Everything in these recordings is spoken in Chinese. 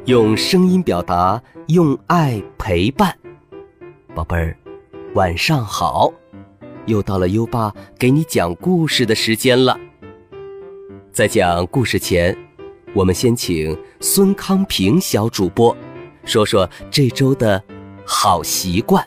用声音表达，用爱陪伴。宝贝儿，晚上好，又到了优爸给你讲故事的时间了。在讲故事前，我们先请孙康平小主播说说这周的好习惯。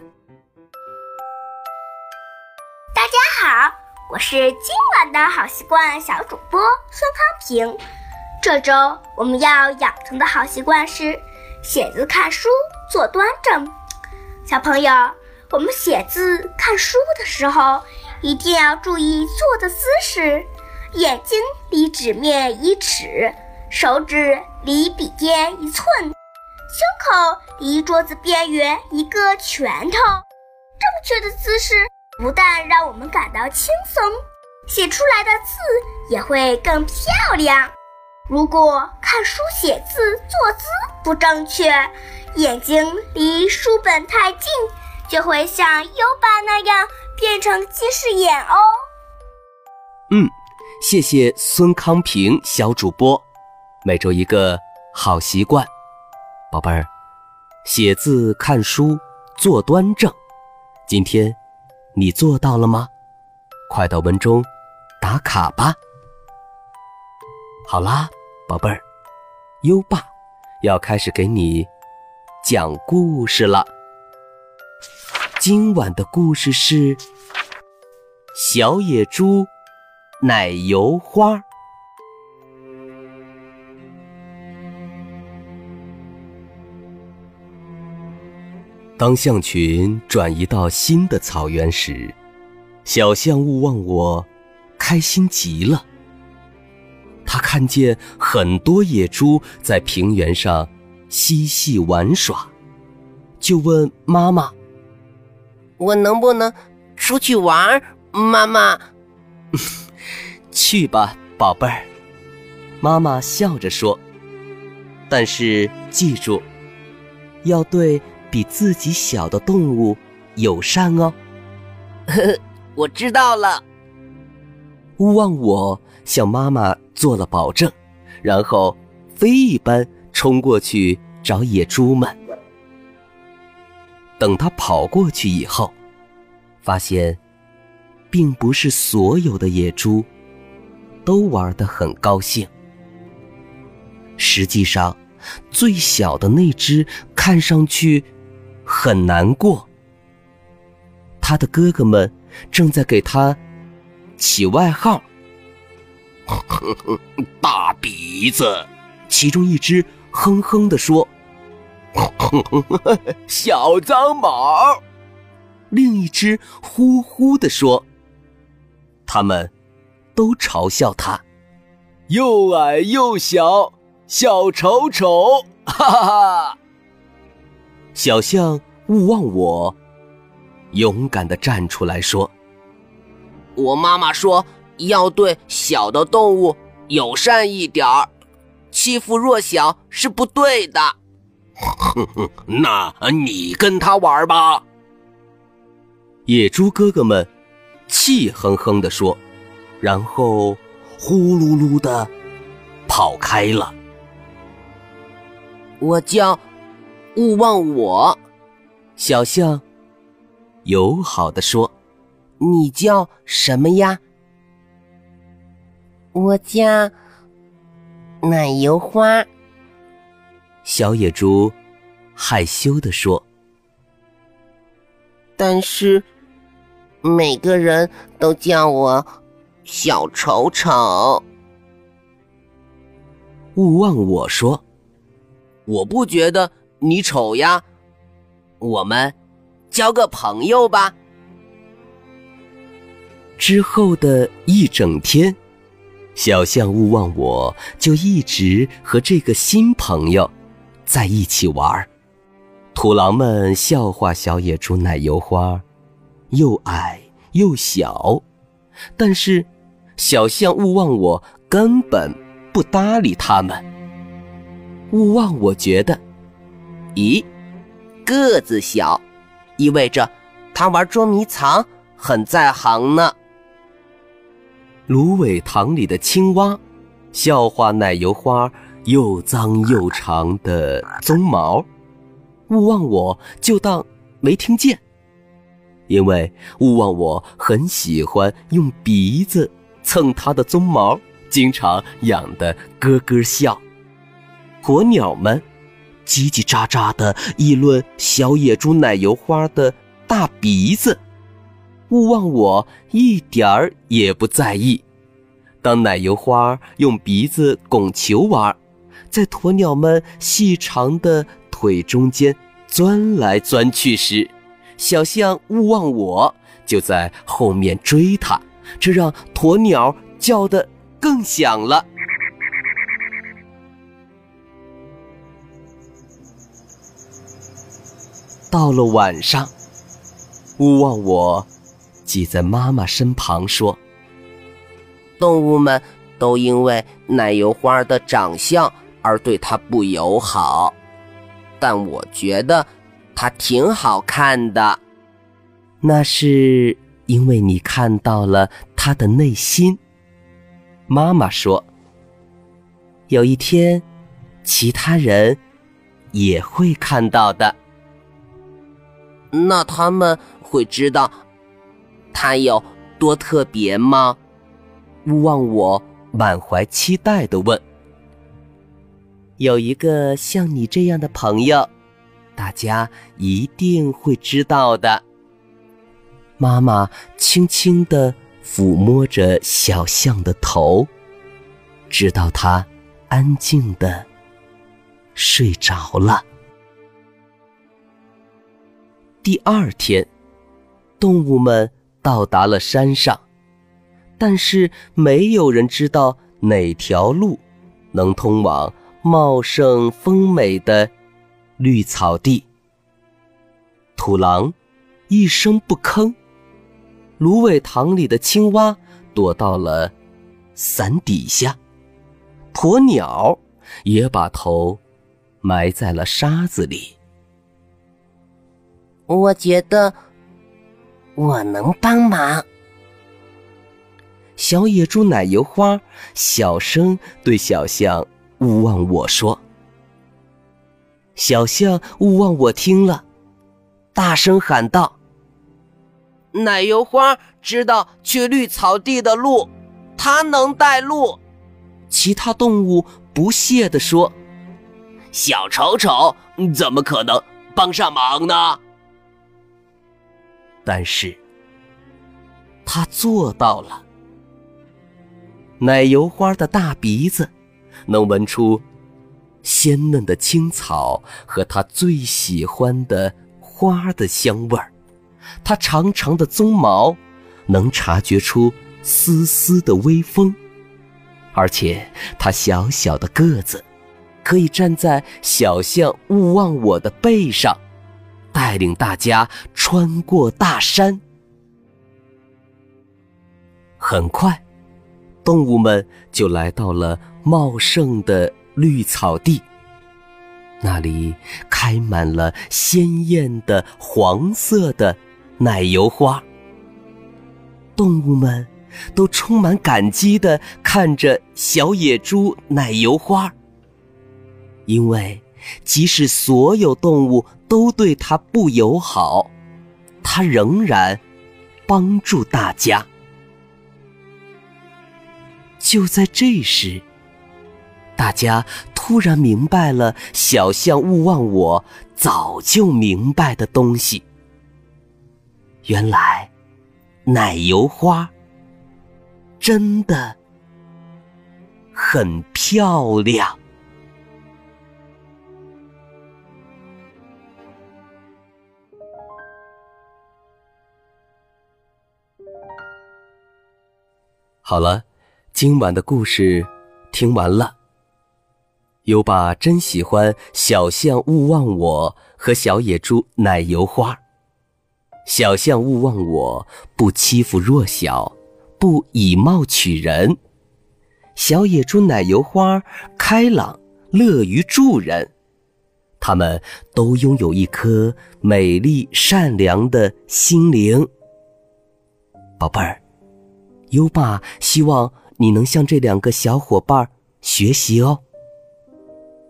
大家好，我是今晚的好习惯小主播孙康平。这周我们要养成的好习惯是写字看书坐端正。小朋友，我们写字看书的时候一定要注意坐的姿势，眼睛离纸面1尺，手指离笔尖1寸，胸口离桌子边缘1个拳头。正确的姿势不但让我们感到轻松，写出来的字也会更漂亮。如果看书写字坐姿不正确，眼睛离书本太近，就会像优爸那样变成近视眼哦。 谢谢孙康平小主播。每周一个好习惯，宝贝儿，写字看书坐端正。今天你做到了吗？快到文中打卡吧。好啦，宝贝儿，优爸要开始给你讲故事了。今晚的故事是小野猪奶油花。当象群转移到新的草原时，小象勿忘我开心极了。他看见很多野猪在平原上嬉戏玩耍，就问妈妈： 我能不能出去玩，妈妈？ 去吧，宝贝儿。妈妈笑着说，但是记住，要对比自己小的动物友善哦。 我知道了。 勿忘我向妈妈做了保证，然后飞一般冲过去找野猪们。等他跑过去以后，发现并不是所有的野猪都玩得很高兴。实际上，最小的那只看上去很难过。他的哥哥们正在给他起外号。 大鼻子， 其中一只哼哼地说， 小脏毛， 另一只呼呼地说。他们都嘲笑他， 又矮又小，小丑丑，哈哈哈！ 小象勿忘我勇敢地站出来说， 我妈妈说要对小的动物友善一点儿，欺负弱小是不对的。 那你跟他玩吧。 野猪哥哥们气哼哼地说，然后呼噜噜地跑开了。 我叫勿忘我。 小象友好地说， 你叫什么呀？我叫奶油花。 小野猪害羞地说， 但是每个人都叫我小丑丑。 勿忘我说， 我不觉得你丑呀，我们交个朋友吧。 之后的一整天，小象勿忘我就一直和这个新朋友在一起玩。土狼们笑话小野猪奶油花又矮又小，但是小象勿忘我根本不搭理他们。勿忘我觉得， 咦，个子小意味着他玩捉迷藏很在行呢。 芦苇塘里的青蛙笑话奶油花又脏又长的鬃毛，勿忘我就当没听见，因为勿忘我很喜欢用鼻子蹭它的鬃毛，经常痒得咯咯笑。鸵鸟们叽叽喳喳地议论小野猪奶油花的大鼻子，勿忘我一点儿也不在意。当奶油花用鼻子拱球玩，在鸵鸟们细长的腿中间钻来钻去时，小象勿忘我就在后面追它，这让鸵鸟叫得更响了。到了晚上，勿忘我挤在妈妈身旁说， 动物们都因为奶油花的长相而对它不友好，但我觉得它挺好看的。 那是因为你看到了它的内心。妈妈说，有一天其他人也会看到的。 那他们会知道它有多特别吗？ 勿忘我满怀期待地问。有一个像你这样的朋友，大家一定会知道的。妈妈轻轻地抚摸着小象的头，直到它安静地睡着了。第二天，动物们到达了山上，但是没有人知道哪条路能通往茂盛丰美的绿草地。土狼一声不吭，芦苇塘里的青蛙躲到了伞底下，鸵鸟也把头埋在了沙子里。 我觉得我能帮忙。 小野猪奶油花小声对小象勿忘我说。小象勿忘我听了，大声喊道， 奶油花知道去绿草地的路，它能带路。 其他动物不屑地说， 小丑丑怎么可能帮上忙呢？ 但是他做到了。奶油花的大鼻子能闻出鲜嫩的青草和他最喜欢的花的香味儿，它长长的鬃毛能察觉出丝丝的微风，而且它小小的个子可以站在小象勿忘我的背上，带领大家穿过大山。很快，动物们就来到了茂盛的绿草地，那里开满了鲜艳的黄色的奶油花。动物们都充满感激地看着小野猪奶油花，因为即使所有动物都对它不友好，它仍然帮助大家。就在这时，大家突然明白了小象勿忘我早就明白的东西。原来，奶油花真的很漂亮。好了，今晚的故事听完了。优爸真喜欢小象勿忘我和小野猪奶油花。小象勿忘我不欺负弱小，不以貌取人。小野猪奶油花开朗，乐于助人。他们都拥有一颗美丽善良的心灵。宝贝儿，优爸希望你能向这两个小伙伴学习哦。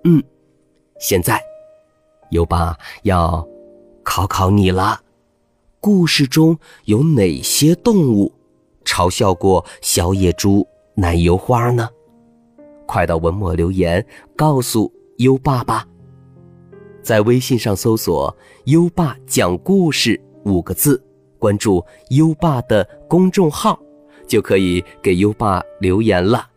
现在优爸要考考你了，故事中有哪些动物嘲笑过小野猪奶油花呢？快到文末留言告诉优爸吧。在微信上搜索优爸讲故事5个字，关注优爸的公众号，就可以给优爸留言了。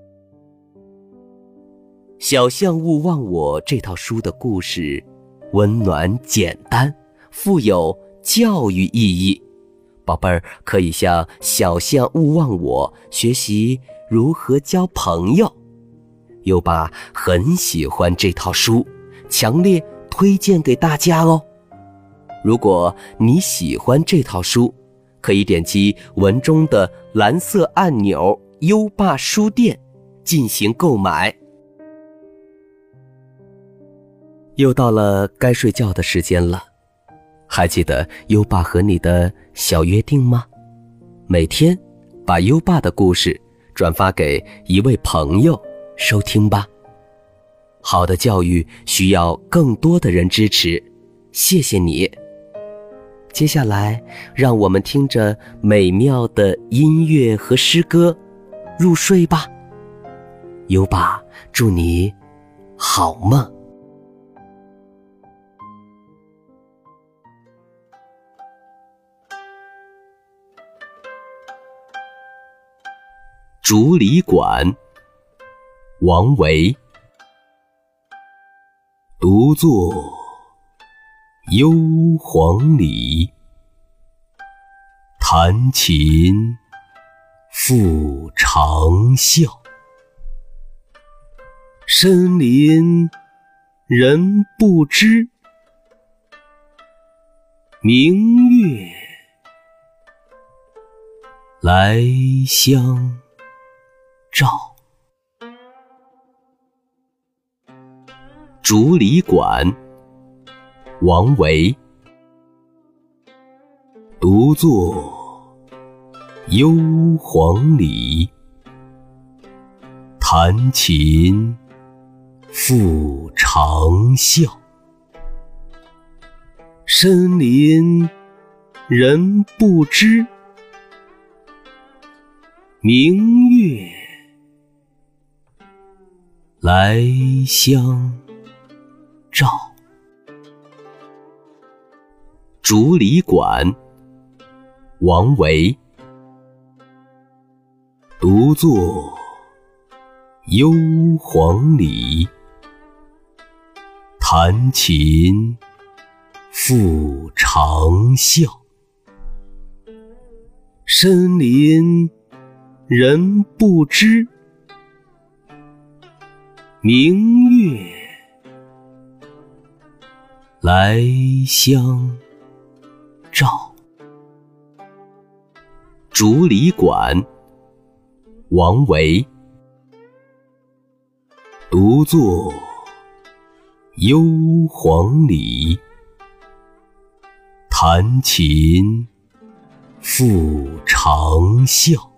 小象勿忘我这套书的故事温暖简单，富有教育意义，宝贝儿可以向小象勿忘我学习如何交朋友。优爸很喜欢这套书，强烈推荐给大家哦。如果你喜欢这套书，可以点击文中的蓝色按钮优爸书店进行购买。又到了该睡觉的时间了，还记得优爸和你的小约定吗？每天把优爸的故事转发给一位朋友收听吧。好的教育需要更多的人支持，谢谢你。接下来让我们听着美妙的音乐和诗歌入睡吧。优爸祝你好梦。竹里馆，王维。独坐幽篁里，弹琴复长啸。深林人不知，明月来相照。竹里馆，王维。独坐幽篁里，弹琴复长啸。深林人不知，明月来相照。竹里馆，王维。独坐幽篁里，弹琴复长啸。深林人不知，明月来相照。竹里馆，王维。独坐幽篁里，弹琴复长啸。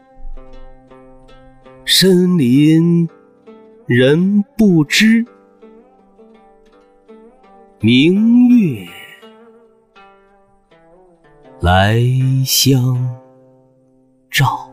深林人不知，明月来相照。